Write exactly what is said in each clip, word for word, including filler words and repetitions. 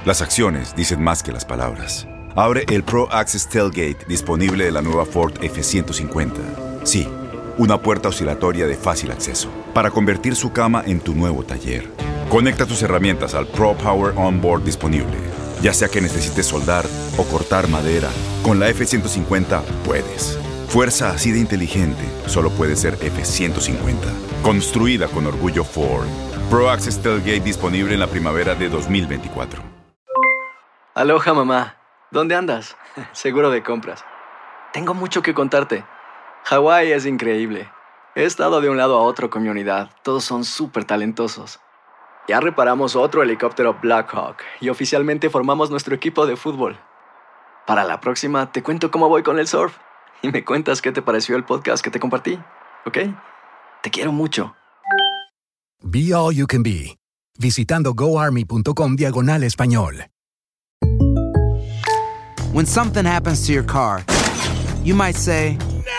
Las acciones dicen más que las palabras. Abre el Pro Access Tailgate disponible de la nueva Ford F ciento cincuenta. Sí, una puerta oscilatoria de fácil acceso para convertir su cama en tu nuevo taller. Conecta tus herramientas al Pro Power Onboard disponible. Ya sea que necesites soldar o cortar madera, con la F ciento cincuenta puedes. Fuerza así de inteligente solo puede ser F ciento cincuenta. Construida con orgullo Ford. Pro Access Tailgate disponible en la primavera de dos mil veinticuatro. Aloha, mamá. ¿Dónde andas? Seguro de compras. Tengo mucho que contarte. Hawái es increíble. He estado de un lado a otro con mi unidad. Todos son súper talentosos. Ya reparamos otro helicóptero Blackhawk y oficialmente formamos nuestro equipo de fútbol. Para la próxima te cuento cómo voy con el surf y me cuentas qué te pareció el podcast que te compartí, ¿ok? Te quiero mucho. Be All You Can Be. Visitando goarmy.com diagonal español. When something happens to your car, you might say,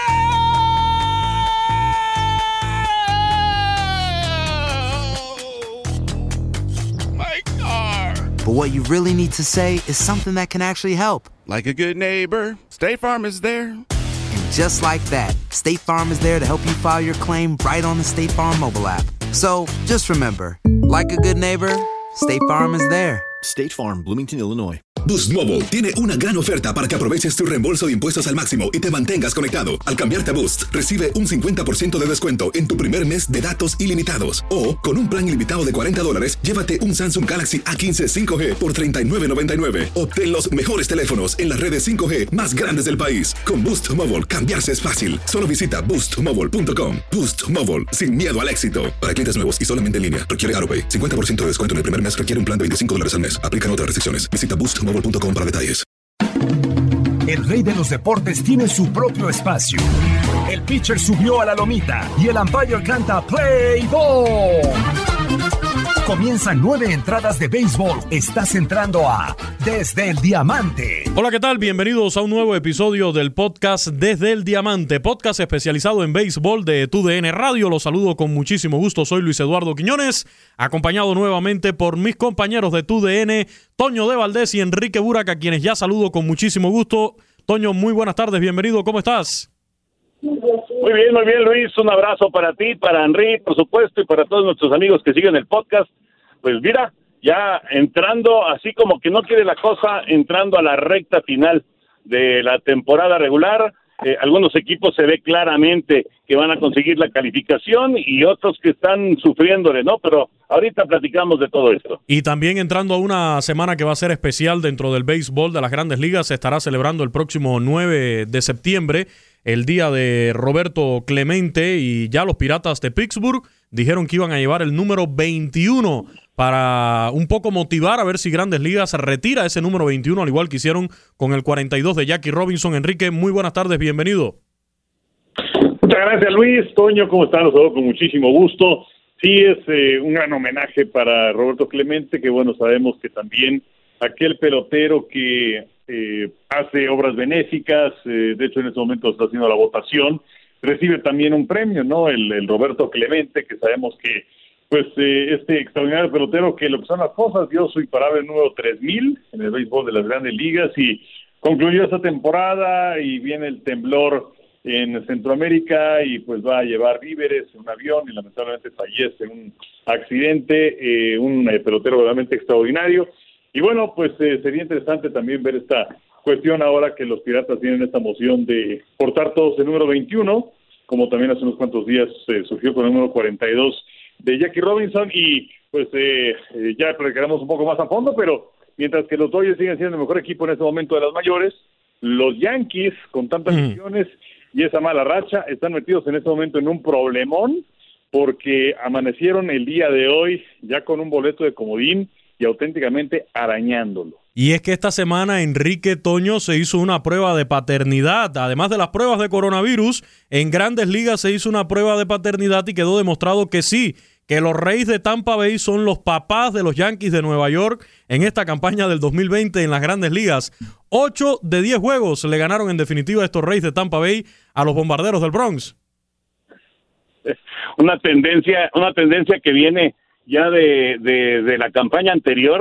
but what you really need to say is something that can actually help. Like a good neighbor, State Farm is there. And just like that, State Farm is there to help you file your claim right on the State Farm mobile app. So just remember, like a good neighbor, State Farm is there. State Farm, Bloomington, Illinois. Boost Mobile tiene una gran oferta para que aproveches tu reembolso de impuestos al máximo y te mantengas conectado. Al cambiarte a Boost, recibe un cincuenta por ciento de descuento en tu primer mes de datos ilimitados. O, con un plan ilimitado de cuarenta dólares, llévate un Samsung Galaxy A quince cinco G por treinta y nueve noventa y nueve. Obtén los mejores teléfonos en las redes cinco G más grandes del país. Con Boost Mobile, cambiarse es fácil. Solo visita boost mobile punto com. Boost Mobile, sin miedo al éxito. Para clientes nuevos y solamente en línea, requiere AutoPay. cincuenta por ciento de descuento en el primer mes requiere un plan de veinticinco dólares al mes. Aplican otras restricciones. Visita boost mobile punto com para detalles. El rey de los deportes tiene su propio espacio. El pitcher subió a la lomita y el umpire canta Play Ball. Comienzan nueve entradas de béisbol. Estás entrando a Desde el Diamante. Hola, ¿qué tal? Bienvenidos a un nuevo episodio del podcast Desde el Diamante, podcast especializado en béisbol de T U D N Radio. Los saludo con muchísimo gusto. Soy Luis Eduardo Quiñones, acompañado nuevamente por mis compañeros de T U D N, Toño de Valdés y Enrique Burak, a quienes ya saludo con muchísimo gusto. Toño, muy buenas tardes, bienvenido. ¿Cómo estás? Muy bien, muy bien, Luis. Un abrazo para ti, para Henry, por supuesto, y para todos nuestros amigos que siguen el podcast. Pues mira, ya entrando, así como que no quiere la cosa, entrando a la recta final de la temporada regular. Eh, algunos equipos se ve claramente que van a conseguir la calificación y otros que están sufriéndole, ¿no? Pero ahorita platicamos de todo esto. Y también entrando a una semana que va a ser especial dentro del béisbol de las Grandes Ligas, se estará celebrando el próximo nueve de septiembre, el día de Roberto Clemente, y ya los Piratas de Pittsburgh dijeron que iban a llevar el número veintiuno para un poco motivar a ver si Grandes Ligas retira ese número veintiuno, al igual que hicieron con el cuarenta y dos de Jackie Robinson. Enrique, muy buenas tardes, bienvenido. Muchas gracias, Luis. Toño, ¿cómo están? Los saludo con muchísimo gusto. Sí, es eh, un gran homenaje para Roberto Clemente, que bueno, sabemos que también aquel pelotero que eh, hace obras benéficas, eh, de hecho en este momento está haciendo la votación, recibe también un premio, ¿no? El, el Roberto Clemente, que sabemos que pues eh, este extraordinario pelotero que lo que son las cosas dio su imparable número tres mil en el béisbol de las Grandes Ligas y concluyó esta temporada y viene el temblor en Centroamérica y pues va a llevar víveres en un avión y lamentablemente fallece en un accidente, eh, un eh, pelotero realmente extraordinario. Y bueno, pues eh, sería interesante también ver esta cuestión ahora que los Piratas tienen esta moción de portar todos el número veintiuno, como también hace unos cuantos días eh, surgió con el número cuarenta y dos de Jackie Robinson, y pues eh, eh, ya platicaremos un poco más a fondo, pero mientras que los Dodgers siguen siendo el mejor equipo en este momento de las mayores, los Yankees, con tantas lesiones mm. y esa mala racha, están metidos en este momento en un problemón, porque amanecieron el día de hoy ya con un boleto de comodín y auténticamente arañándolo. Y es que esta semana Enrique, Toño, se hizo una prueba de paternidad. Además de las pruebas de coronavirus, en Grandes Ligas se hizo una prueba de paternidad y quedó demostrado que sí, que los Rays de Tampa Bay son los papás de los Yankees de Nueva York en esta campaña del dos mil veinte en las Grandes Ligas. Ocho de diez juegos le ganaron en definitiva estos Rays de Tampa Bay a los Bombarderos del Bronx. Una tendencia, una tendencia que viene ya de, de, de la campaña anterior,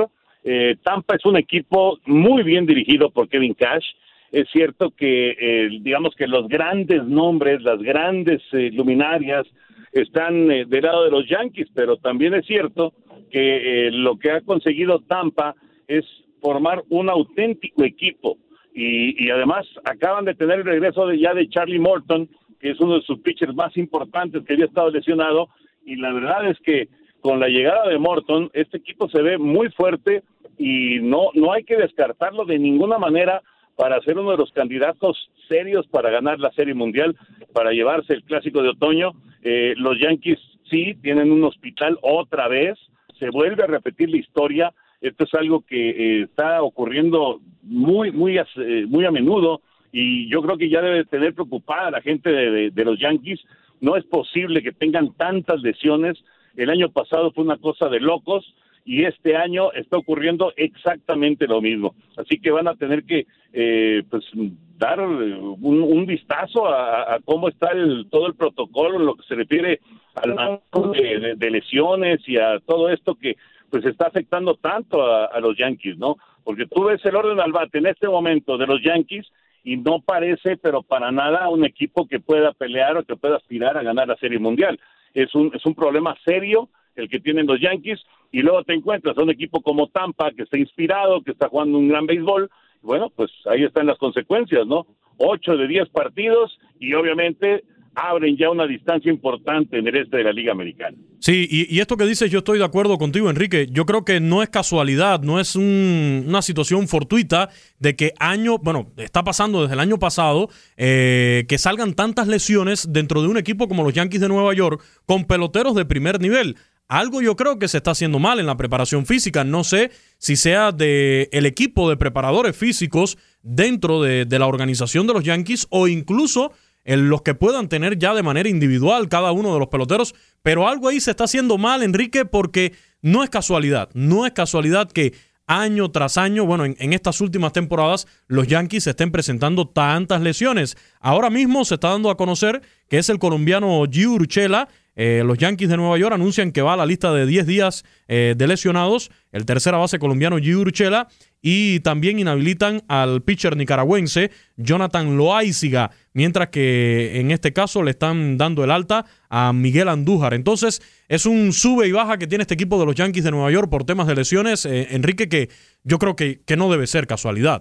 Eh, Tampa es un equipo muy bien dirigido por Kevin Cash. Es cierto que, eh, digamos que los grandes nombres, las grandes eh, luminarias están eh, del lado de los Yankees, pero también es cierto que eh, lo que ha conseguido Tampa es formar un auténtico equipo. Y, y además acaban de tener el regreso de ya de Charlie Morton, que es uno de sus pitchers más importantes, que había estado lesionado, y la verdad es que con la llegada de Morton, este equipo se ve muy fuerte y no, no hay que descartarlo de ninguna manera para ser uno de los candidatos serios para ganar la Serie Mundial, para llevarse el Clásico de Otoño. Eh, los Yankees sí tienen un hospital otra vez, se vuelve a repetir la historia. Esto es algo que eh, está ocurriendo muy, muy, eh, muy a menudo, y yo creo que ya debe tener preocupada a la gente de, de, de los Yankees. No es posible que tengan tantas lesiones. El año pasado fue una cosa de locos, y este año está ocurriendo exactamente lo mismo. Así que van a tener que eh, pues dar un, un vistazo a, a cómo está el, todo el protocolo en lo que se refiere al manejo de, de, de lesiones y a todo esto que pues está afectando tanto a, a los Yankees, ¿no? Porque tú ves el orden al bate en este momento de los Yankees y no parece, pero para nada, un equipo que pueda pelear o que pueda aspirar a ganar la Serie Mundial. Es un, es un problema serio el que tienen los Yankees, y luego te encuentras a un equipo como Tampa, que está inspirado, que está jugando un gran béisbol. Bueno, pues ahí están las consecuencias, ¿no? Ocho de diez partidos, y obviamente abren ya una distancia importante en el este de la Liga Americana. Sí, y, y esto que dices, yo estoy de acuerdo contigo, Enrique. Yo creo que no es casualidad, no es un, una situación fortuita de que año, bueno, está pasando desde el año pasado, eh, que salgan tantas lesiones dentro de un equipo como los Yankees de Nueva York con peloteros de primer nivel. Algo yo creo que se está haciendo mal en la preparación física. No sé si sea de el equipo de preparadores físicos dentro de, de la organización de los Yankees, o incluso en los que puedan tener ya de manera individual cada uno de los peloteros, pero algo ahí se está haciendo mal, Enrique, porque no es casualidad, no es casualidad que año tras año, bueno, en, en estas últimas temporadas, los Yankees estén presentando tantas lesiones. Ahora mismo se está dando a conocer que es el colombiano Gio Urshela. Eh, los Yankees de Nueva York anuncian que va a la lista de diez días eh, de lesionados, el tercera base colombiano Gio Urshela, y también inhabilitan al pitcher nicaragüense Jonathan Loaiziga, mientras que en este caso le están dando el alta a Miguel Andújar. Entonces es un sube y baja que tiene este equipo de los Yankees de Nueva York por temas de lesiones, eh, Enrique, que yo creo que, que no debe ser casualidad.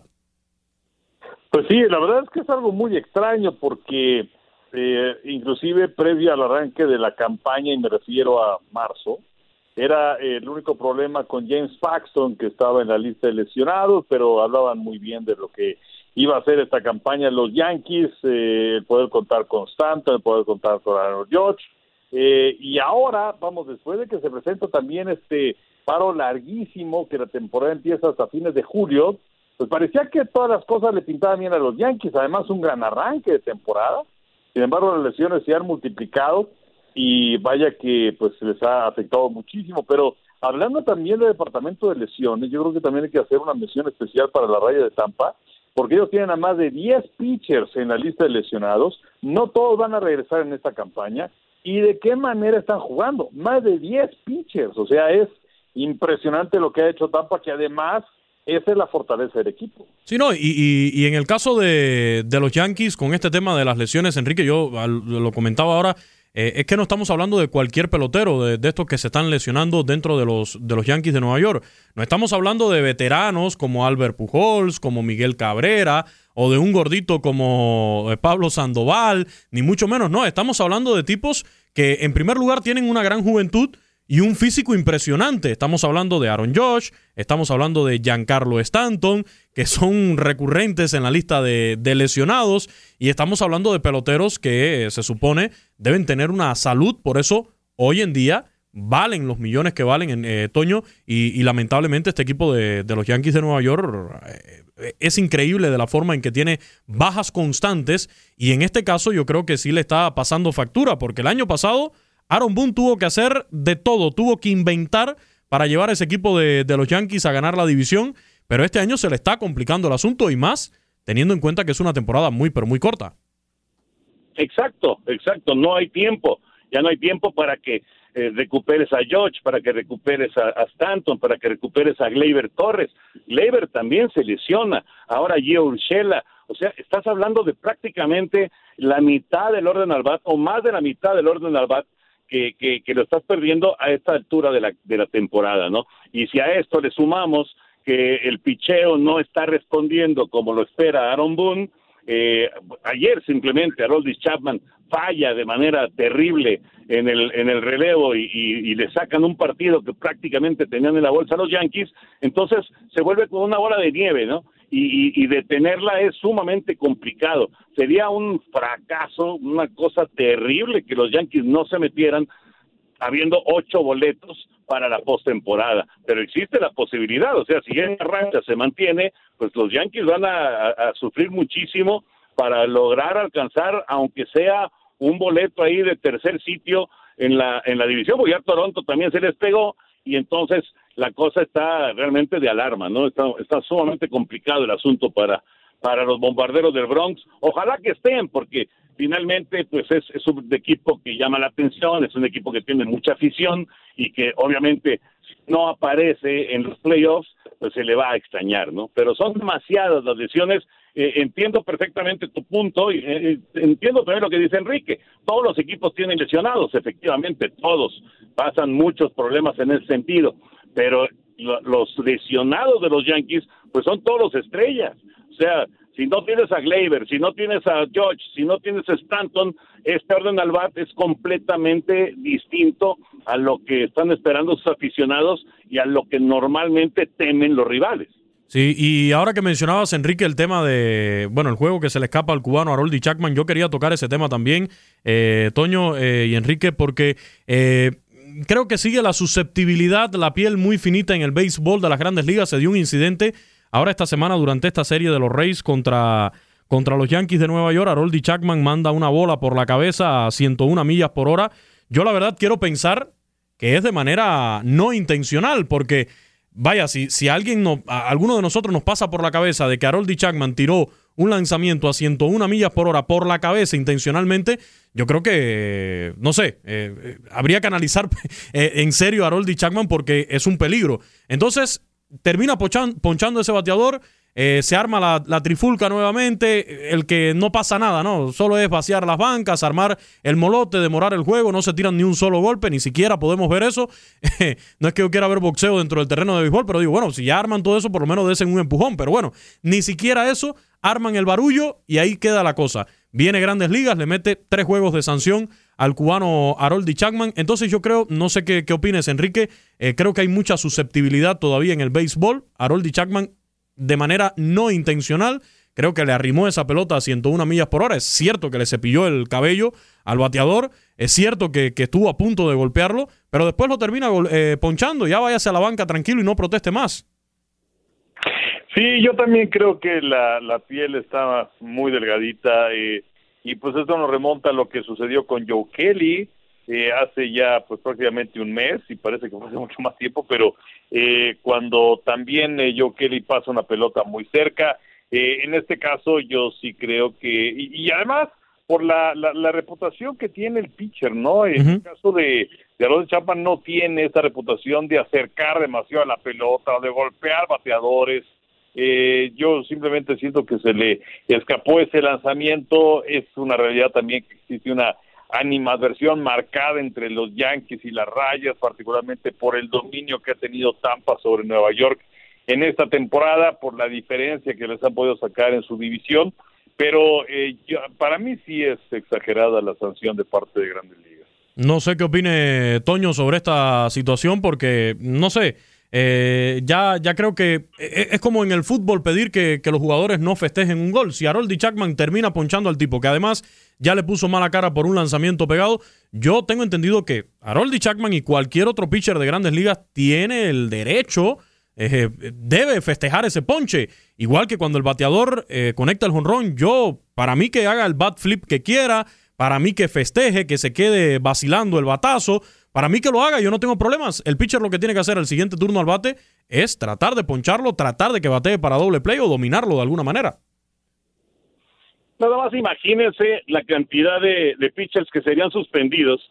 Pues sí, la verdad es que es algo muy extraño, porque Eh, inclusive previo al arranque de la campaña, y me refiero a marzo, era eh, el único problema con James Paxton, que estaba en la lista de lesionados, pero hablaban muy bien de lo que iba a hacer esta campaña los Yankees, eh, el poder contar con Stanton, el poder contar con Aaron Judge, eh, y ahora, vamos, después de que se presenta también este paro larguísimo, que la temporada empieza hasta fines de julio, pues parecía que todas las cosas le pintaban bien a los Yankees, además un gran arranque de temporada. Sin embargo, las lesiones se han multiplicado y vaya que pues les ha afectado muchísimo. Pero hablando también del departamento de lesiones, yo creo que también hay que hacer una mención especial para la Raya de Tampa, porque ellos tienen a más de diez pitchers en la lista de lesionados. No todos van a regresar en esta campaña. ¿Y de qué manera están jugando? Más de diez pitchers. O sea, es impresionante lo que ha hecho Tampa, que además esa es la fortaleza del equipo. Sí, no, y, y, y en el caso de, de los Yankees, con este tema de las lesiones, Enrique, yo lo comentaba ahora, eh, es que no estamos hablando de cualquier pelotero, de, de estos que se están lesionando dentro de los, de los Yankees de Nueva York. No estamos hablando de veteranos como Albert Pujols, como Miguel Cabrera, o de un gordito como Pablo Sandoval, ni mucho menos, no. Estamos hablando de tipos que, en primer lugar, tienen una gran juventud y un físico impresionante. Estamos hablando de Aaron Judge, estamos hablando de Giancarlo Stanton, que son recurrentes en la lista de, de lesionados, y estamos hablando de peloteros que eh, se supone deben tener una salud, por eso hoy en día valen los millones que valen en eh, Toño, y, y lamentablemente este equipo de, de los Yankees de Nueva York eh, es increíble de la forma en que tiene bajas constantes, y en este caso yo creo que sí le está pasando factura, porque el año pasado Aaron Boone tuvo que hacer de todo, tuvo que inventar para llevar a ese equipo de, de los Yankees a ganar la división, pero este año se le está complicando el asunto, y más teniendo en cuenta que es una temporada muy, pero muy corta. Exacto, exacto, no hay tiempo, ya no hay tiempo para que eh, recuperes a George, para que recuperes a, a Stanton, para que recuperes a Gleyber Torres. Gleyber también se lesiona, ahora Gio Urshela. O sea, estás hablando de prácticamente la mitad del orden al bat, o más de la mitad del orden al bat, que, que, que lo estás perdiendo a esta altura de la, de la temporada, ¿no? Y si a esto le sumamos que el picheo no está respondiendo como lo espera Aaron Boone, eh, ayer simplemente Aroldis Chapman falla de manera terrible en el en el relevo y, y, y le sacan un partido que prácticamente tenían en la bolsa los Yankees, entonces se vuelve como una bola de nieve, ¿no? Y, y, y detenerla es sumamente complicado. Sería un fracaso, una cosa terrible que los Yankees no se metieran habiendo ocho boletos para la postemporada, pero existe la posibilidad, o sea, si esta racha se mantiene, pues los Yankees van a, a, a sufrir muchísimo para lograr alcanzar, aunque sea un boleto ahí de tercer sitio en la en la división, porque ya Toronto también se les pegó, y entonces la cosa está realmente de alarma, ¿no? Está, está sumamente complicado el asunto para, para los Bombarderos del Bronx. Ojalá que estén, porque finalmente pues es, es un equipo que llama la atención, es un equipo que tiene mucha afición y que obviamente si no aparece en los playoffs, pues se le va a extrañar, ¿no? Pero son demasiadas las lesiones. Eh, entiendo perfectamente tu punto y eh, entiendo también lo que dice Enrique. Todos los equipos tienen lesionados, efectivamente, todos pasan muchos problemas en ese sentido, pero lo, los lesionados de los Yankees pues son todos los estrellas. O sea, si no tienes a Gleyber, si no tienes a George, si no tienes a Stanton, este orden al bat es completamente distinto a lo que están esperando sus aficionados y a lo que normalmente temen los rivales. Sí, y ahora que mencionabas, Enrique, el tema de, bueno, el juego que se le escapa al cubano Aroldis Chapman, yo quería tocar ese tema también, eh, Toño eh, y Enrique, porque eh, creo que sigue la susceptibilidad, la piel muy finita en el béisbol de las Grandes Ligas. Se dio un incidente ahora esta semana durante esta serie de los Rays contra, contra los Yankees de Nueva York. Aroldis Chapman manda una bola por la cabeza a ciento una millas por hora. Yo la verdad quiero pensar que es de manera no intencional, porque vaya, si, si alguien no, a alguno de nosotros nos pasa por la cabeza de que Aroldis Chapman tiró un lanzamiento a ciento una millas por hora por la cabeza intencionalmente, yo creo que, no sé, eh, eh, habría que analizar eh, en serio a Aroldis Chapman, porque es un peligro. Entonces termina ponchan, ponchando ese bateador, eh, se arma la, la trifulca nuevamente, el que no pasa nada, ¿no? Solo es vaciar las bancas, armar el molote, demorar el juego, no se tiran ni un solo golpe, ni siquiera podemos ver eso. No es que yo quiera ver boxeo dentro del terreno de béisbol, pero digo, bueno, si ya arman todo eso, por lo menos desen un empujón, pero bueno, ni siquiera eso, arman el barullo y ahí queda la cosa. Viene Grandes Ligas, le mete tres juegos de sanción al cubano Aroldis Chapman. Entonces yo creo, no sé qué, qué opines, Enrique, eh, creo que hay mucha susceptibilidad todavía en el béisbol. Aroldis Chapman, de manera no intencional, creo que le arrimó esa pelota a ciento una millas por hora. Es cierto que le cepilló el cabello al bateador, es cierto que, que estuvo a punto de golpearlo, pero después lo termina eh, ponchando. Ya váyase a la banca tranquilo y no proteste más. Sí, yo también creo que la, la piel estaba muy delgadita eh, y pues esto nos remonta a lo que sucedió con Joe Kelly eh, hace ya pues prácticamente un mes, y parece que fue hace mucho más tiempo, pero eh, cuando también eh, Joe Kelly pasa una pelota muy cerca. Eh, en este caso yo sí creo que, y, y además por la, la, la reputación que tiene el pitcher, ¿no? En uh-huh. el caso de, de Aroldis Chapman no tiene esa reputación de acercar demasiado a la pelota o de golpear bateadores. Eh, yo simplemente siento que se le escapó ese lanzamiento. Es una realidad también que existe una animadversión marcada entre los Yankees y las Rayas, particularmente por el dominio que ha tenido Tampa sobre Nueva York en esta temporada, por la diferencia que les han podido sacar en su división, pero eh, yo, para mí sí es exagerada la sanción de parte de Grandes Ligas. No sé qué opine Toño sobre esta situación, porque no sé, eh, ya, ya creo que es, es como en el fútbol pedir que, que los jugadores no festejen un gol. Si Aroldis Chapman termina ponchando al tipo, que además ya le puso mala cara por un lanzamiento pegado, yo tengo entendido que Aroldis Chapman y cualquier otro pitcher de Grandes Ligas tiene el derecho, eh, debe festejar ese ponche, igual que cuando el bateador eh, conecta el jonrón. Yo, para mí que haga el bat flip que quiera, para mí que festeje, que se quede vacilando el batazo, para mí que lo haga, yo no tengo problemas. El pitcher lo que tiene que hacer el siguiente turno al bate es tratar de poncharlo, tratar de que batee para doble play o dominarlo de alguna manera. Nada más imagínense la cantidad de, de pitchers que serían suspendidos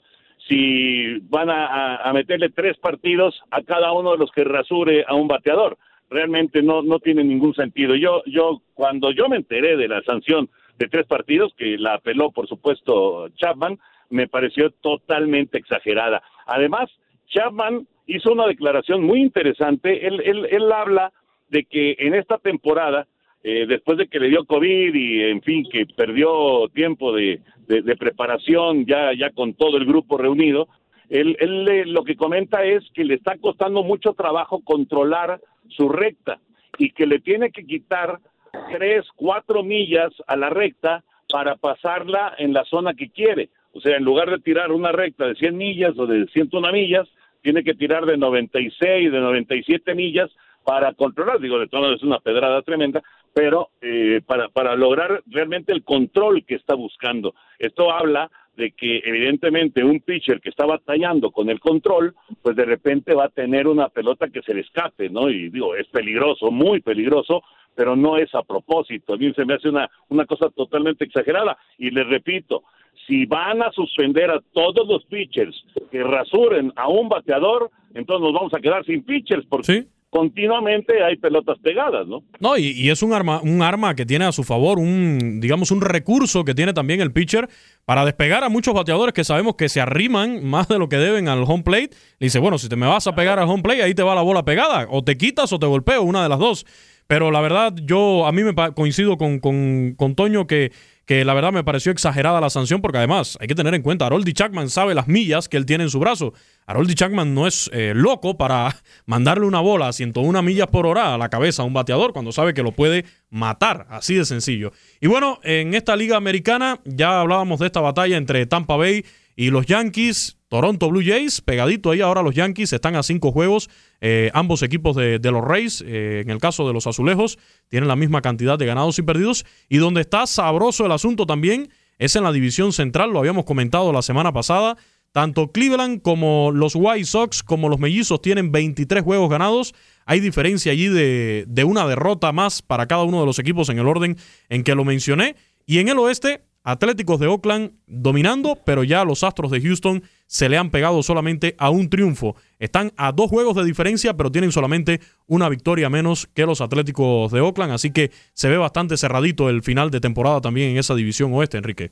si van a, a, a meterle tres partidos a cada uno de los que rasure a un bateador. Realmente no, no tiene ningún sentido. Yo, yo, cuando yo me enteré de la sanción de tres partidos, que la apeló, por supuesto, Chapman, me pareció totalmente exagerada. Además, Chapman hizo una declaración muy interesante. Él, él, él habla de que en esta temporada, eh, después de que le dio COVID y, en fin, que perdió tiempo de, de, de preparación ya, ya con todo el grupo reunido, él, él eh, lo que comenta es que le está costando mucho trabajo controlar su recta y que le tiene que quitar tres, cuatro millas a la recta para pasarla en la zona que quiere. O sea, en lugar de tirar una recta de cien millas o de ciento una millas, tiene que tirar de noventa y seis, de noventa y siete millas para controlar. Digo, de todo es una pedrada tremenda, pero eh, para, para lograr realmente el control que está buscando. Esto habla de que evidentemente un pitcher que está batallando con el control, pues de repente va a tener una pelota que se le escape, ¿no? Y digo, es peligroso, muy peligroso, pero no es a propósito. A mí se me hace una, una cosa totalmente exagerada. Y les repito, si van a suspender a todos los pitchers que rasuren a un bateador, entonces nos vamos a quedar sin pitchers, porque ¿sí? Continuamente hay pelotas pegadas, ¿no? No, y, y es un arma, un arma que tiene a su favor, un digamos un recurso que tiene también el pitcher para despegar a muchos bateadores que sabemos que se arriman más de lo que deben al home plate. Le dice, bueno, si te me vas a pegar al home plate, ahí te va la bola pegada, o te quitas o te golpeo, una de las dos. Pero la verdad, yo a mí me coincido con, con, con Toño que, que la verdad me pareció exagerada la sanción, porque además hay que tener en cuenta, Aroldis Chapman sabe las millas que él tiene en su brazo. Aroldis Chapman no es eh, loco para mandarle una bola a ciento una millas por hora a la cabeza a un bateador cuando sabe que lo puede matar, así de sencillo. Y bueno, en esta liga americana ya hablábamos de esta batalla entre Tampa Bay y los Yankees. Toronto Blue Jays, pegadito ahí ahora los Yankees, están a cinco juegos, eh, ambos equipos de, de los Rays, eh, en el caso de los Azulejos, tienen la misma cantidad de ganados y perdidos, y donde está sabroso el asunto también es en la división central, lo habíamos comentado la semana pasada, tanto Cleveland como los White Sox como los Mellizos tienen veintitrés juegos ganados, hay diferencia allí de, de una derrota más para cada uno de los equipos en el orden en que lo mencioné, y en el oeste, Atléticos de Oakland dominando, pero ya los Astros de Houston se le han pegado solamente a un triunfo. Están a dos juegos de diferencia, pero tienen solamente una victoria menos que los Atléticos de Oakland, así que se ve bastante cerradito el final de temporada también en esa división oeste, Enrique.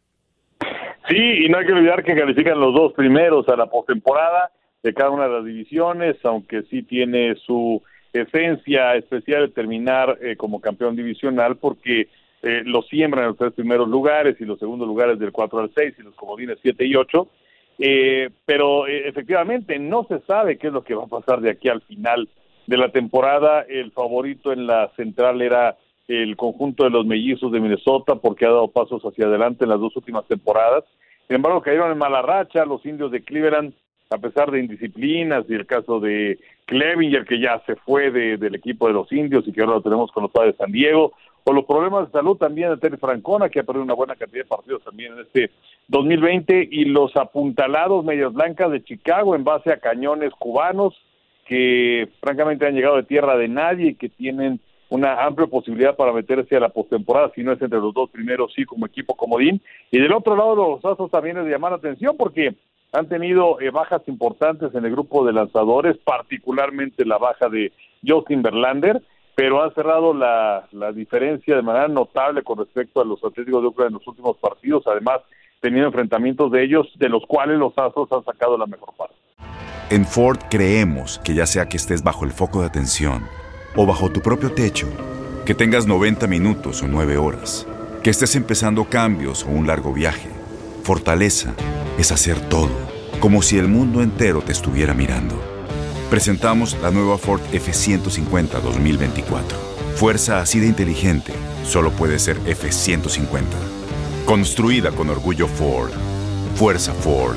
Sí, y no hay que olvidar que califican los dos primeros a la postemporada de cada una de las divisiones, aunque sí tiene su esencia especial de terminar eh, como campeón divisional, porque Eh, los siembran en los tres primeros lugares y los segundos lugares del cuatro al seis y los comodines siete y ocho, eh, pero eh, efectivamente no se sabe qué es lo que va a pasar de aquí al final de la temporada. El favorito en la central era el conjunto de los Mellizos de Minnesota porque ha dado pasos hacia adelante en las dos últimas temporadas. Sin embargo, cayeron en mala racha los indios de Cleveland a pesar de indisciplinas, y el caso de Clevinger, que ya se fue de, del equipo de los indios y que ahora lo tenemos con los Padres de San Diego, o los problemas de salud también de Terry Francona, que ha perdido una buena cantidad de partidos también en este dos mil veinte, y los apuntalados Medias Blancas de Chicago en base a cañones cubanos que francamente han llegado de tierra de nadie y que tienen una amplia posibilidad para meterse a la postemporada, si no es entre los dos primeros, sí, como equipo comodín. Y del otro lado, los Astros también es de llamar la atención porque han tenido eh, bajas importantes en el grupo de lanzadores, particularmente la baja de Justin Verlander, pero han cerrado la, la diferencia de manera notable con respecto a los Atléticos de Oakland en los últimos partidos, además teniendo enfrentamientos de ellos, de los cuales los Astros han sacado la mejor parte. En Ford creemos que ya sea que estés bajo el foco de atención o bajo tu propio techo, que tengas noventa minutos o nueve horas, que estés empezando cambios o un largo viaje, fortaleza es hacer todo, como si el mundo entero te estuviera mirando. Presentamos la nueva Ford F ciento cincuenta dos mil veinticuatro. Fuerza así de inteligente solo puede ser F ciento cincuenta. Construida con orgullo Ford. Fuerza Ford.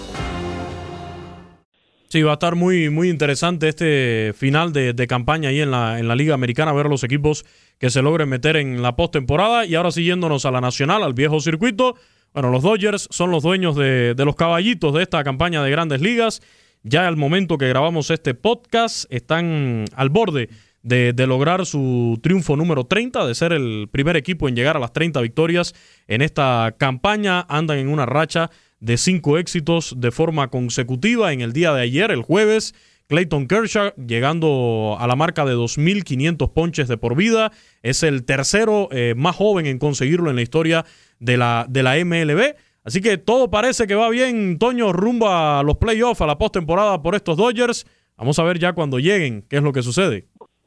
Sí, va a estar muy, muy interesante este final de, de campaña ahí en la, en la Liga Americana, ver los equipos que se logren meter en la postemporada. Y ahora siguiéndonos a la nacional, al viejo circuito, bueno, los Dodgers son los dueños de, de los caballitos de esta campaña de Grandes Ligas. Ya al momento que grabamos este podcast están al borde de, de lograr su triunfo número treinta, de ser el primer equipo en llegar a las treinta victorias en esta campaña. Andan en una racha de cinco éxitos de forma consecutiva. En el día de ayer, el jueves, Clayton Kershaw llegando a la marca de dos mil quinientos ponches de por vida. Es el tercero eh, más joven en conseguirlo en la historia de la, de la M L B. Así que todo parece que va bien, Toño, rumbo a los playoffs, a la postemporada por estos Dodgers. Vamos a ver ya cuando lleguen qué es lo que sucede.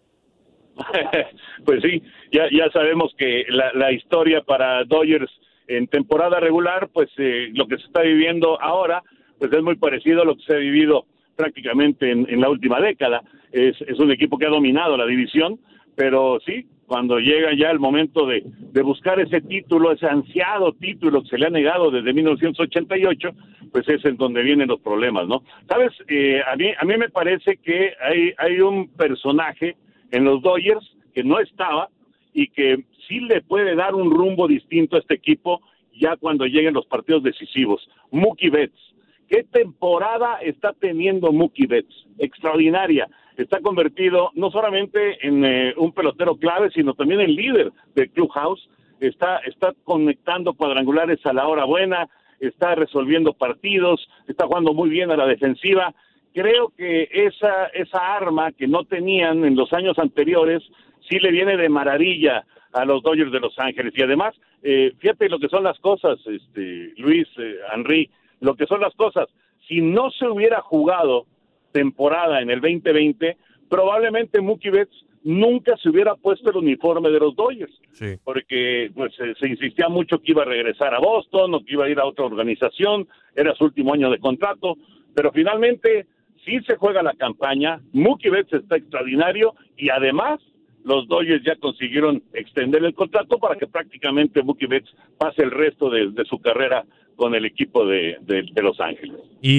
Pues sí, ya, ya sabemos que la, la historia para Dodgers en temporada regular, pues eh, lo que se está viviendo ahora, pues es muy parecido a lo que se ha vivido prácticamente en, en la última década. Es, es un equipo que ha dominado la división, pero sí, cuando llega ya el momento de, de buscar ese título, ese ansiado título que se le ha negado desde mil novecientos ochenta y ocho, pues es en donde vienen los problemas, ¿no? Sabes, eh, a mí a mí me parece que hay, hay un personaje en los Dodgers que no estaba y que sí le puede dar un rumbo distinto a este equipo ya cuando lleguen los partidos decisivos. Mookie Betts. ¿Qué temporada está teniendo Mookie Betts? Extraordinaria. Está convertido no solamente en eh, un pelotero clave, sino también en líder del clubhouse. Está, está conectando cuadrangulares a la hora buena, está resolviendo partidos, está jugando muy bien a la defensiva. Creo que esa, esa arma que no tenían en los años anteriores sí le viene de maravilla a los Dodgers de Los Ángeles. Y además, eh, fíjate lo que son las cosas, este, Luis, eh, Henry, lo que son las cosas. Si no se hubiera jugado temporada en el veinte veinte, probablemente Mookie Betts nunca se hubiera puesto el uniforme de los Dodgers, sí. porque pues se, se insistía mucho que iba a regresar a Boston o que iba a ir a otra organización, era su último año de contrato, pero finalmente sí se juega la campaña, Mookie Betts está extraordinario y además los Dodgers ya consiguieron extender el contrato para que prácticamente Mookie Betts pase el resto de, de su carrera con el equipo de, de, de Los Ángeles.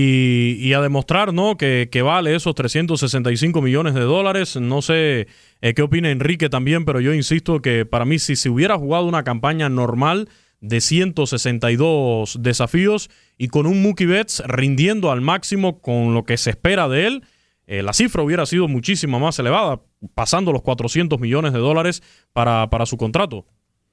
Y, y a demostrar, ¿no?, que, que vale esos trescientos sesenta y cinco millones de dólares. No sé eh, qué opina Enrique también, pero yo insisto que para mí si se hubiera jugado una campaña normal de ciento sesenta y dos desafíos y con un Mookie Betts rindiendo al máximo con lo que se espera de él, eh, la cifra hubiera sido muchísimo más elevada, pasando los cuatrocientos millones de dólares para, para su contrato.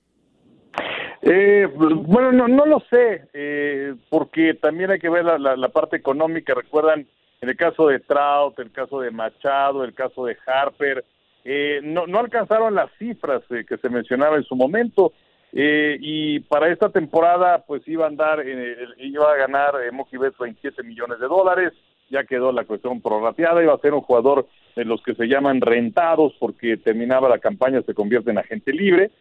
Eh, bueno, no, no lo sé, eh, porque también hay que ver la, la, la parte económica. Recuerdan, en el caso de Trout, el caso de Machado, el caso de Harper, eh, no, no alcanzaron las cifras eh, que se mencionaba en su momento, eh, y para esta temporada pues iba a andar, eh, iba a ganar eh, Mookie Betts veintisiete millones de dólares, ya quedó la cuestión prorrateada, iba a ser un jugador de los que se llaman rentados, porque terminaba la campaña, se convierte en agente libre,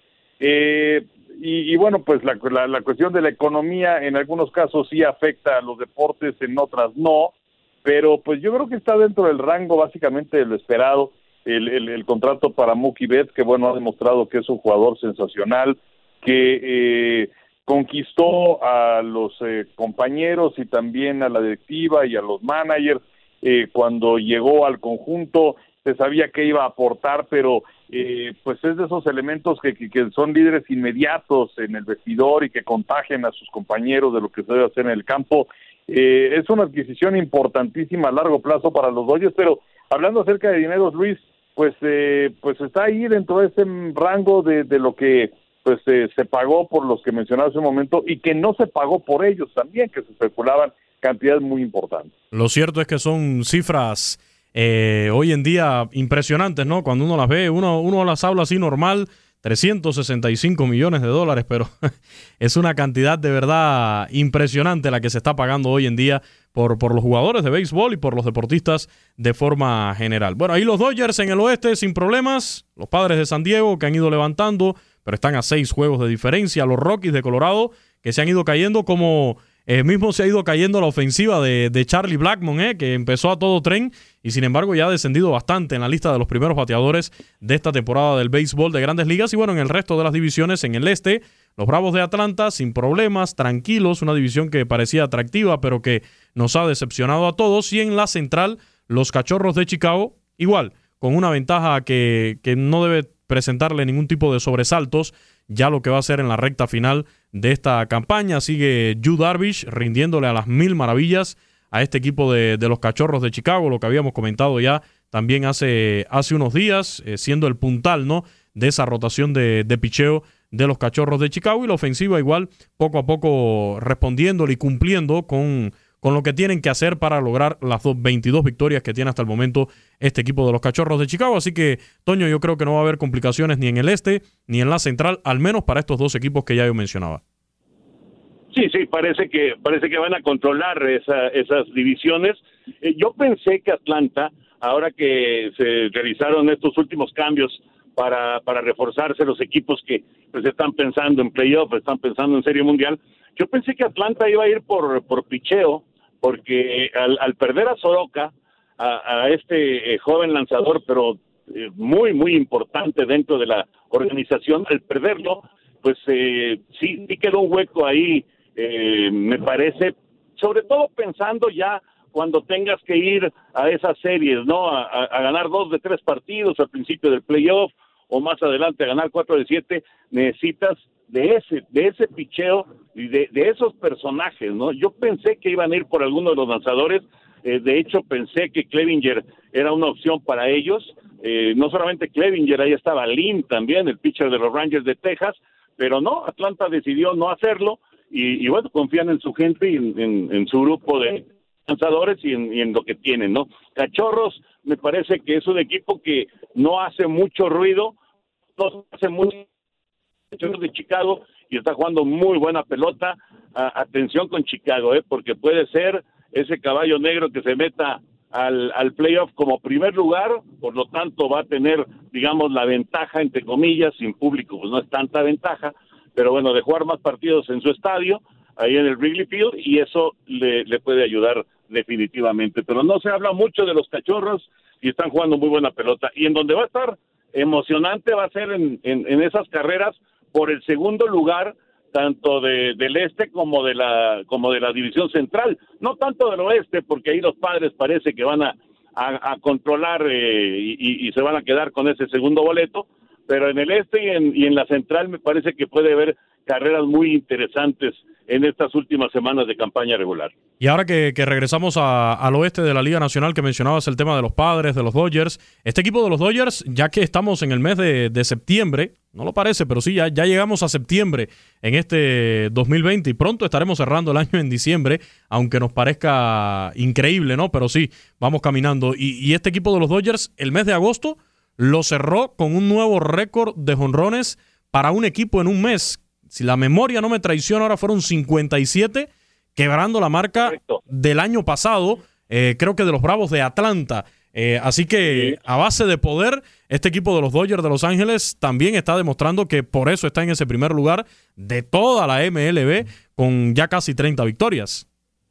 eh, Y, y bueno, pues la, la, la cuestión de la economía en algunos casos sí afecta a los deportes, en otras no, pero pues yo creo que está dentro del rango básicamente de lo esperado el, el, el contrato para Mookie Betts, que bueno, ha demostrado que es un jugador sensacional, que eh, conquistó a los eh, compañeros y también a la directiva y a los managers. Eh, cuando llegó al conjunto se sabía que iba a aportar, pero eh, pues es de esos elementos que, que, que son líderes inmediatos en el vestidor y que contagian a sus compañeros de lo que se debe hacer en el campo. Eh, es una adquisición importantísima a largo plazo para los Dodgers, pero hablando acerca de dineros, Luis, pues eh, pues está ahí dentro de ese rango de, de lo que pues eh, se pagó por los que mencionaba hace un momento y que no se pagó por ellos también, que se especulaban cantidades muy importantes. Lo cierto es que son cifras Eh, hoy en día impresionantes, ¿no? Cuando uno las ve, uno, uno las habla así normal, trescientos sesenta y cinco millones de dólares, pero es una cantidad de verdad impresionante la que se está pagando hoy en día por, por los jugadores de béisbol y por los deportistas de forma general. Bueno, ahí los Dodgers en el oeste sin problemas, los Padres de San Diego que han ido levantando, pero están a seis juegos de diferencia, los Rockies de Colorado que se han ido cayendo como... Eh, mismo se ha ido cayendo la ofensiva de, de Charlie Blackmon, eh, que empezó a todo tren y sin embargo ya ha descendido bastante en la lista de los primeros bateadores de esta temporada del béisbol de Grandes Ligas. Y bueno, en el resto de las divisiones, en el este, los Bravos de Atlanta sin problemas, tranquilos, una división que parecía atractiva pero que nos ha decepcionado a todos. Y en la central, los Cachorros de Chicago, igual, con una ventaja que, que no debe presentarle ningún tipo de sobresaltos ya lo que va a ser en la recta final de esta campaña. Sigue Yu Darvish rindiéndole a las mil maravillas a este equipo de, de los Cachorros de Chicago, lo que habíamos comentado ya también hace, hace unos días, eh, siendo el puntal, ¿no?, de esa rotación de, de picheo de los Cachorros de Chicago, y la ofensiva igual poco a poco respondiéndole y cumpliendo con, con lo que tienen que hacer para lograr las dos, veintidós victorias que tiene hasta el momento este equipo de los Cachorros de Chicago. Así que, Toño, yo creo que no va a haber complicaciones ni en el este ni en la central, al menos para estos dos equipos que ya yo mencionaba. Sí, sí, parece que parece que van a controlar esa, esas divisiones. Eh, yo pensé que Atlanta, ahora que se realizaron estos últimos cambios para para reforzarse los equipos que pues están pensando en playoff, están pensando en Serie Mundial, yo pensé que Atlanta iba a ir por por picheo, porque al, al perder a Soroka, a, a este eh, joven lanzador, pero eh, muy, muy importante dentro de la organización, al perderlo, pues eh, sí, sí quedó un hueco ahí. Eh, me parece, sobre todo pensando ya cuando tengas que ir a esas series, ¿no? A, a, a ganar dos de tres partidos al principio del playoff o más adelante a ganar cuatro de siete, necesitas de ese de ese picheo y de, de esos personajes, ¿no? Yo pensé que iban a ir por alguno de los lanzadores, eh, de hecho pensé que Clevinger era una opción para ellos, eh, no solamente Clevinger, ahí estaba Lynn también, el pitcher de los Rangers de Texas, pero no, Atlanta decidió no hacerlo. Y, y bueno, confían en su gente y en, en, en su grupo de lanzadores y en, y en lo que tienen, ¿no? Cachorros, me parece que es un equipo que no hace mucho ruido, no hace mucho Cachorros de Chicago y está jugando muy buena pelota. A, atención con Chicago, ¿eh? Porque puede ser ese caballo negro que se meta al, al playoff como primer lugar, por lo tanto va a tener, digamos, la ventaja, entre comillas, sin público, pues no es tanta ventaja, pero bueno, de jugar más partidos en su estadio, ahí en el Wrigley Field, y eso le, le puede ayudar definitivamente. Pero no se habla mucho de los Cachorros y están jugando muy buena pelota. Y en donde va a estar emocionante va a ser en, en, en esas carreras por el segundo lugar, tanto de, del este como de la como de la división central. No tanto del oeste, porque ahí los Padres parece que van a, a, a controlar eh, y, y se van a quedar con ese segundo boleto, pero en el este y en, y en la central me parece que puede haber carreras muy interesantes en estas últimas semanas de campaña regular. Y ahora que, que regresamos a, al oeste de la Liga Nacional, que mencionabas el tema de los Padres, de los Dodgers, este equipo de los Dodgers, ya que estamos en el mes de, de septiembre, no lo parece, pero sí, ya, ya llegamos a septiembre en este dos mil veinte y pronto estaremos cerrando el año en diciembre, aunque nos parezca increíble, ¿no? Pero sí, vamos caminando. Y, y este equipo de los Dodgers, el mes de agosto, lo cerró con un nuevo récord de jonrones para un equipo en un mes. Si la memoria no me traiciona, ahora fueron cincuenta y siete, quebrando la marca Correcto. Del año pasado, eh, creo que de los Bravos de Atlanta. Eh, así que sí. A base de poder, este equipo de los Dodgers de Los Ángeles también está demostrando que por eso está en ese primer lugar de toda la M L B con ya casi treinta victorias.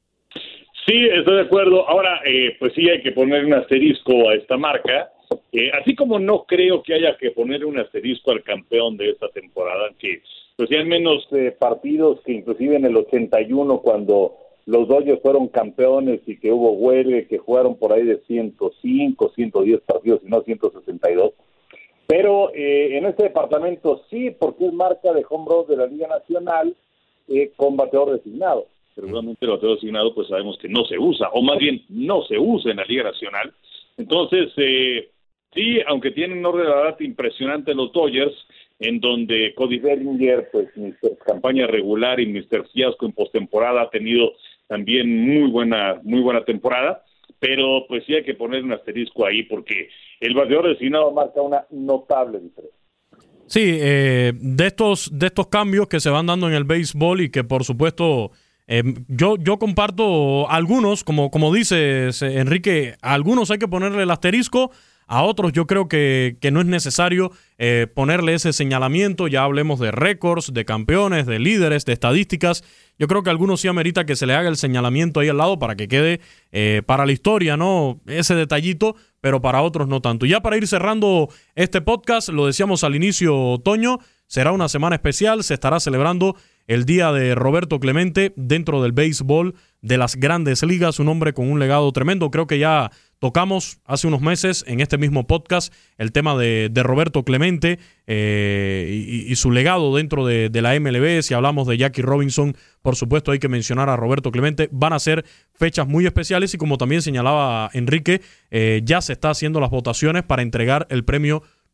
Sí, estoy de acuerdo. Ahora, eh, pues sí hay que poner un asterisco a esta marca. Eh, así como no creo que haya que poner un asterisco al campeón de esta temporada, que pues ya hay menos eh, partidos que inclusive en el ochenta y uno, cuando los Dodgers fueron campeones y que hubo huelga, que jugaron por ahí de ciento cinco, ciento diez partidos y no ciento sesenta y dos. Pero eh, en este departamento sí, porque es marca de home run de la Liga Nacional eh, con bateador designado. Seguramente el bateador designado pues sabemos que no se usa, o más bien no se usa en la Liga Nacional. Entonces, eh, sí, aunque tienen un orden de edad impresionante los Dodgers, en donde Cody Bellinger, pues mister campaña regular y mister Fiasco en postemporada ha tenido también muy buena muy buena temporada, pero pues sí hay que poner un asterisco ahí porque el bateador designado marca una notable diferencia. Sí, eh, de estos de estos cambios que se van dando en el béisbol y que por supuesto eh, yo yo comparto algunos, como como dices Enrique, a algunos hay que ponerle el asterisco. A otros yo creo que, que no es necesario eh, ponerle ese señalamiento. Ya hablemos de récords, de campeones, de líderes, de estadísticas. Yo creo que a algunos sí amerita que se le haga el señalamiento ahí al lado para que quede eh, para la historia, ¿no? Ese detallito, pero para otros no tanto. Y ya para ir cerrando este podcast, lo decíamos al inicio, Toño, será una semana especial, se estará celebrando el día de Roberto Clemente dentro del béisbol de las Grandes Ligas, un hombre con un legado tremendo. Creo que ya tocamos hace unos meses en este mismo podcast el tema de, de Roberto Clemente eh, y, y su legado dentro de, de la M L B. Si hablamos de Jackie Robinson, por supuesto hay que mencionar a Roberto Clemente. Van a ser fechas muy especiales y como también señalaba Enrique, eh, ya se está haciendo las votaciones para entregar el premio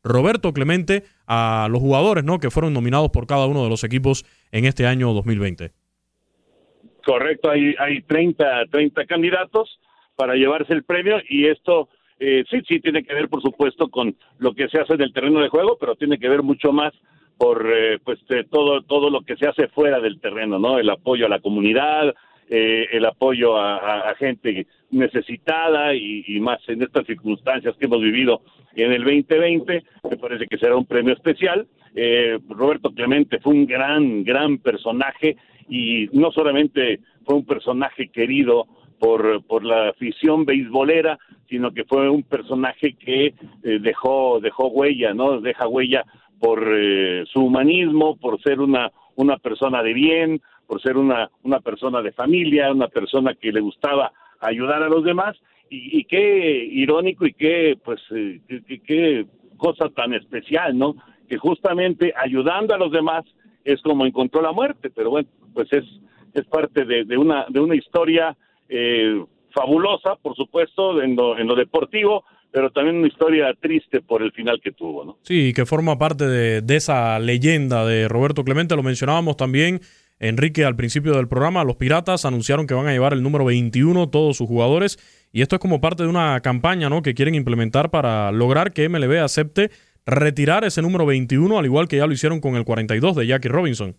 Roberto Clemente a los jugadores, ¿no?, que fueron nominados por cada uno de los equipos en este año dos mil veinte. Correcto, hay, hay treinta, treinta candidatos para llevarse el premio y esto eh, sí, sí tiene que ver, por supuesto, con lo que se hace en el terreno de juego, pero tiene que ver mucho más por eh, pues eh, todo todo lo que se hace fuera del terreno, ¿no? El apoyo a la comunidad, eh, el apoyo a, a, a gente necesitada y, y más en estas circunstancias que hemos vivido en el veinte veinte, me parece que será un premio especial. Eh, Roberto Clemente fue un gran, gran personaje y no solamente fue un personaje querido por, por la afición beisbolera, sino que fue un personaje que eh, dejó, dejó huella, ¿no? Deja huella por eh, su humanismo, por ser una, una persona de bien, por ser una, una persona de familia, una persona que le gustaba ayudar a los demás, y, y qué irónico y qué, pues, eh, qué, qué cosa tan especial, ¿no? Que justamente ayudando a los demás es como encontró la muerte, pero bueno, pues es, es parte de, de una, de una historia eh, fabulosa, por supuesto, en lo, en lo deportivo, pero también una historia triste por el final que tuvo, ¿no? Sí, que forma parte de, de esa leyenda de Roberto Clemente. Lo mencionábamos también, Enrique, al principio del programa. Los Piratas anunciaron que van a llevar el número veintiuno todos sus jugadores, y esto es como parte de una campaña, ¿no?, que quieren implementar para lograr que M L B acepte retirar ese número veintiuno, al igual que ya lo hicieron con el cuarenta y dos de Jackie Robinson.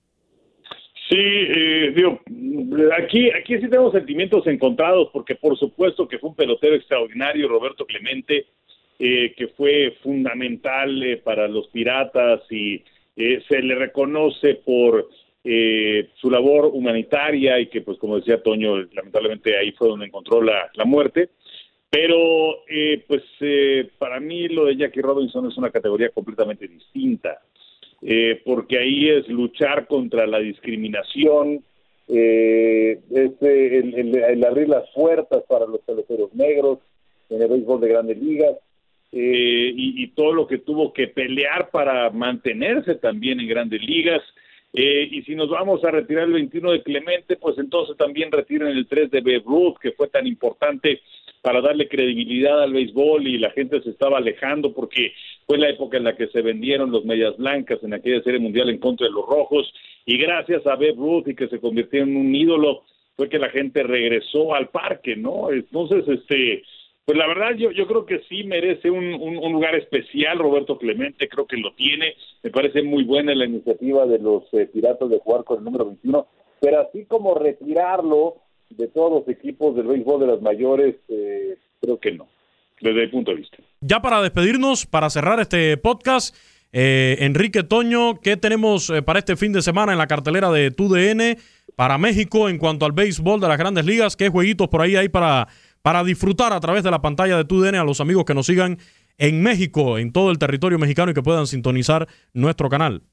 Sí, eh, digo, aquí, aquí sí tenemos sentimientos encontrados, porque por supuesto que fue un pelotero extraordinario, Roberto Clemente, eh, que fue fundamental eh, para los Piratas y eh, se le reconoce por eh, su labor humanitaria y que, pues como decía Toño, lamentablemente ahí fue donde encontró la, la muerte. Pero, eh, pues, eh, para mí lo de Jackie Robinson es una categoría completamente distinta, eh, porque ahí es luchar contra la discriminación, eh, es eh, el, el, el abrir las puertas para los peloteros negros en el béisbol de Grandes Ligas, eh, y, y todo lo que tuvo que pelear para mantenerse también en Grandes Ligas. Eh, y si nos vamos a retirar el veintiuno de Clemente, pues entonces también retiran el tres de Babe Ruth, que fue tan importante para darle credibilidad al béisbol, y la gente se estaba alejando porque fue la época en la que se vendieron los medias blancas en aquella serie mundial en contra de los rojos, y gracias a Babe Ruth y que se convirtió en un ídolo fue que la gente regresó al parque, ¿no? Entonces, este, pues la verdad yo yo creo que sí merece un, un, un lugar especial Roberto Clemente, creo que lo tiene. Me parece muy buena la iniciativa de los eh, Piratas de jugar con el número veintiuno, pero así como retirarlo de todos los equipos del béisbol de las mayores, eh, creo que no, desde mi punto de vista. Ya para despedirnos, para cerrar este podcast, eh, Enrique, Toño, ¿qué tenemos eh, para este fin de semana en la cartelera de T U D N para México en cuanto al béisbol de las Grandes Ligas? ¿Qué jueguitos por ahí hay para, para disfrutar a través de la pantalla de T U D N a los amigos que nos sigan en México, en todo el territorio mexicano, y que puedan sintonizar nuestro canal?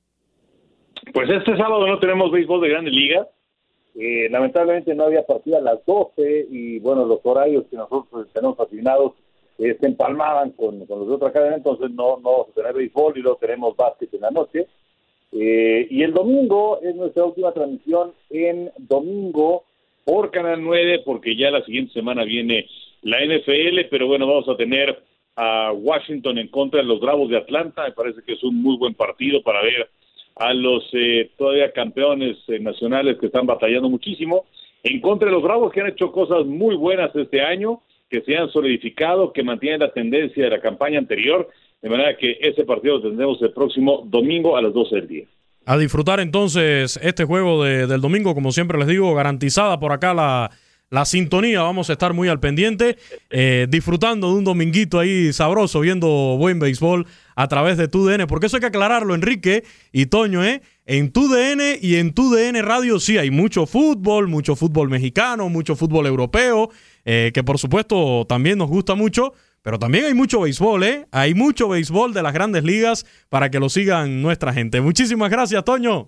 Pues este sábado no tenemos béisbol de Grandes Ligas. Eh, lamentablemente no había partido a las doce y bueno, los horarios que nosotros tenemos asignados eh, se empalmaban con, con los de otra cadena, entonces no, no vamos a tener béisbol y luego tenemos básquet en la noche. Eh, y el domingo es nuestra última transmisión en domingo por Canal nueve, porque ya la siguiente semana viene la N F L, pero bueno, vamos a tener a Washington en contra de los Bravos de Atlanta. Me parece que es un muy buen partido para ver a los eh, todavía campeones eh, nacionales que están batallando muchísimo, en contra de los Bravos, que han hecho cosas muy buenas este año, que se han solidificado, que mantienen la tendencia de la campaña anterior, de manera que ese partido lo tendremos el próximo domingo a las doce del día. A disfrutar entonces este juego de, del domingo, como siempre les digo, garantizada por acá la, la sintonía, vamos a estar muy al pendiente, eh, disfrutando de un dominguito ahí sabroso, viendo buen béisbol a través de T U D N, porque eso hay que aclararlo, Enrique y Toño, ¿eh? En T U D N y en T U D N Radio sí hay mucho fútbol, mucho fútbol mexicano, mucho fútbol europeo, eh, que por supuesto también nos gusta mucho, pero también hay mucho béisbol, ¿eh? Hay mucho béisbol de las Grandes Ligas para que lo sigan nuestra gente. Muchísimas gracias, Toño.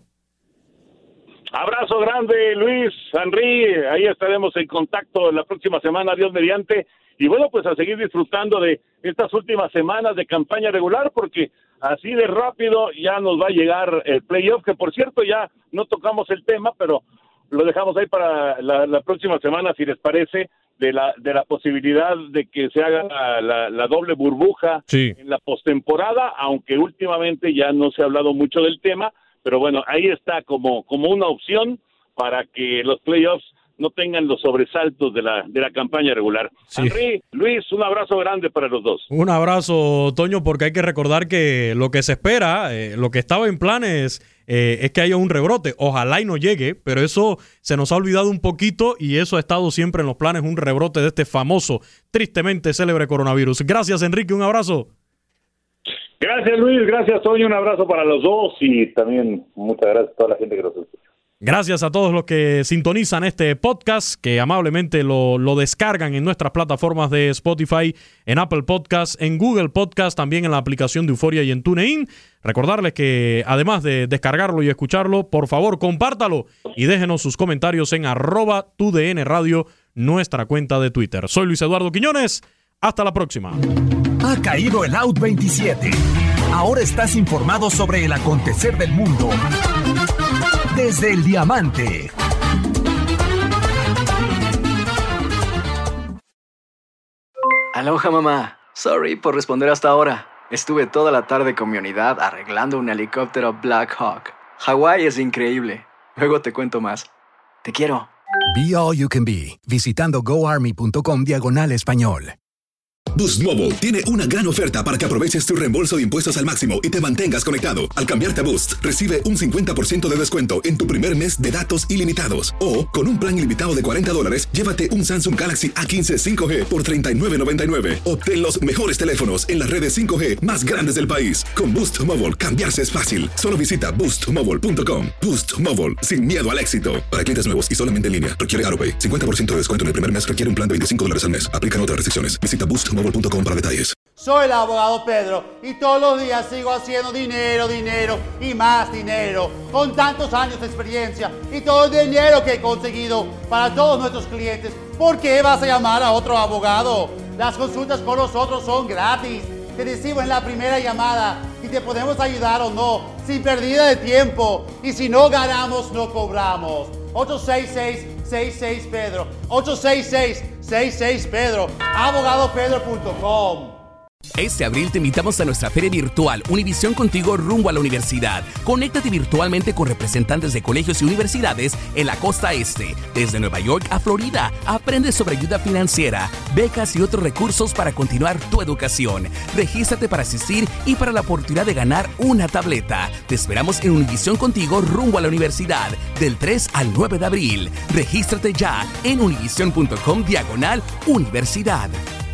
Abrazo grande, Luis, Henry, ahí estaremos en contacto la próxima semana, Dios mediante, y bueno, pues a seguir disfrutando de estas últimas semanas de campaña regular, porque así de rápido ya nos va a llegar el playoff, que por cierto ya no tocamos el tema, pero lo dejamos ahí para la, la próxima semana, si les parece, de la de la posibilidad de que se haga la, la, la doble burbuja sí. en la postemporada, aunque últimamente ya no se ha hablado mucho del tema, pero bueno, ahí está como, como una opción para que los playoffs no tengan los sobresaltos de la de la campaña regular. Sí. Henry, Luis, un abrazo grande para los dos. Un abrazo, Toño, porque hay que recordar que lo que se espera, eh, lo que estaba en planes eh, es que haya un rebrote. Ojalá y no llegue, pero eso se nos ha olvidado un poquito y eso ha estado siempre en los planes, un rebrote de este famoso, tristemente célebre coronavirus. Gracias, Enrique, un abrazo. Gracias, Luis, gracias, Toño, un abrazo para los dos y también muchas gracias a toda la gente que nos escucha. Gracias a todos los que sintonizan este podcast, que amablemente lo, lo descargan en nuestras plataformas de Spotify, en Apple Podcast, en Google Podcast, también en la aplicación de Euforia y en TuneIn. Recordarles que además de descargarlo y escucharlo, por favor compártalo y déjenos sus comentarios en arroba tu D N Radio, nuestra cuenta de Twitter. Soy Luis Eduardo Quiñones, hasta la próxima. Ha caído el Out veintisiete. Ahora estás informado sobre el acontecer del mundo desde el Diamante. Aloha, mamá. Sorry por responder hasta ahora. Estuve toda la tarde con mi unidad arreglando un helicóptero Black Hawk. Hawái es increíble. Luego te cuento más. Te quiero. Be All You Can Be, visitando goarmy.com diagonal español. Boost Mobile tiene una gran oferta para que aproveches tu reembolso de impuestos al máximo y te mantengas conectado. Al cambiarte a Boost, recibe un cincuenta por ciento de descuento en tu primer mes de datos ilimitados. O, con un plan ilimitado de cuarenta dólares, llévate un Samsung Galaxy A quince cinco G por treinta y nueve noventa y nueve. Obtén los mejores teléfonos en las redes cinco G más grandes del país. Con Boost Mobile, cambiarse es fácil. Solo visita boost mobile punto com. Boost Mobile, sin miedo al éxito. Para clientes nuevos y solamente en línea, requiere AutoPay. cincuenta por ciento de descuento en el primer mes, requiere un plan de veinticinco dólares al mes. Aplican otras restricciones. Visita boost mobile punto com para detalles. Soy el abogado Pedro y todos los días sigo haciendo dinero, dinero y más dinero. Con tantos años de experiencia y todo el dinero que he conseguido para todos nuestros clientes, ¿por qué vas a llamar a otro abogado? Las consultas con nosotros son gratis. Te decimos en la primera llamada si te podemos ayudar o no, sin pérdida de tiempo. Y si no ganamos, no cobramos. ocho seis seis, seis seis Pedro. ocho seis seis, seis seis Pedro. abogado pedro punto com. Este abril te invitamos a nuestra feria virtual Univisión Contigo rumbo a la universidad. Conéctate virtualmente con representantes de colegios y universidades en la costa este. Desde Nueva York a Florida, aprende sobre ayuda financiera, becas y otros recursos para continuar tu educación. Regístrate para asistir y para la oportunidad de ganar una tableta. Te esperamos en Univisión Contigo rumbo a la universidad del tres al nueve de abril. Regístrate ya en univision punto com diagonal universidad.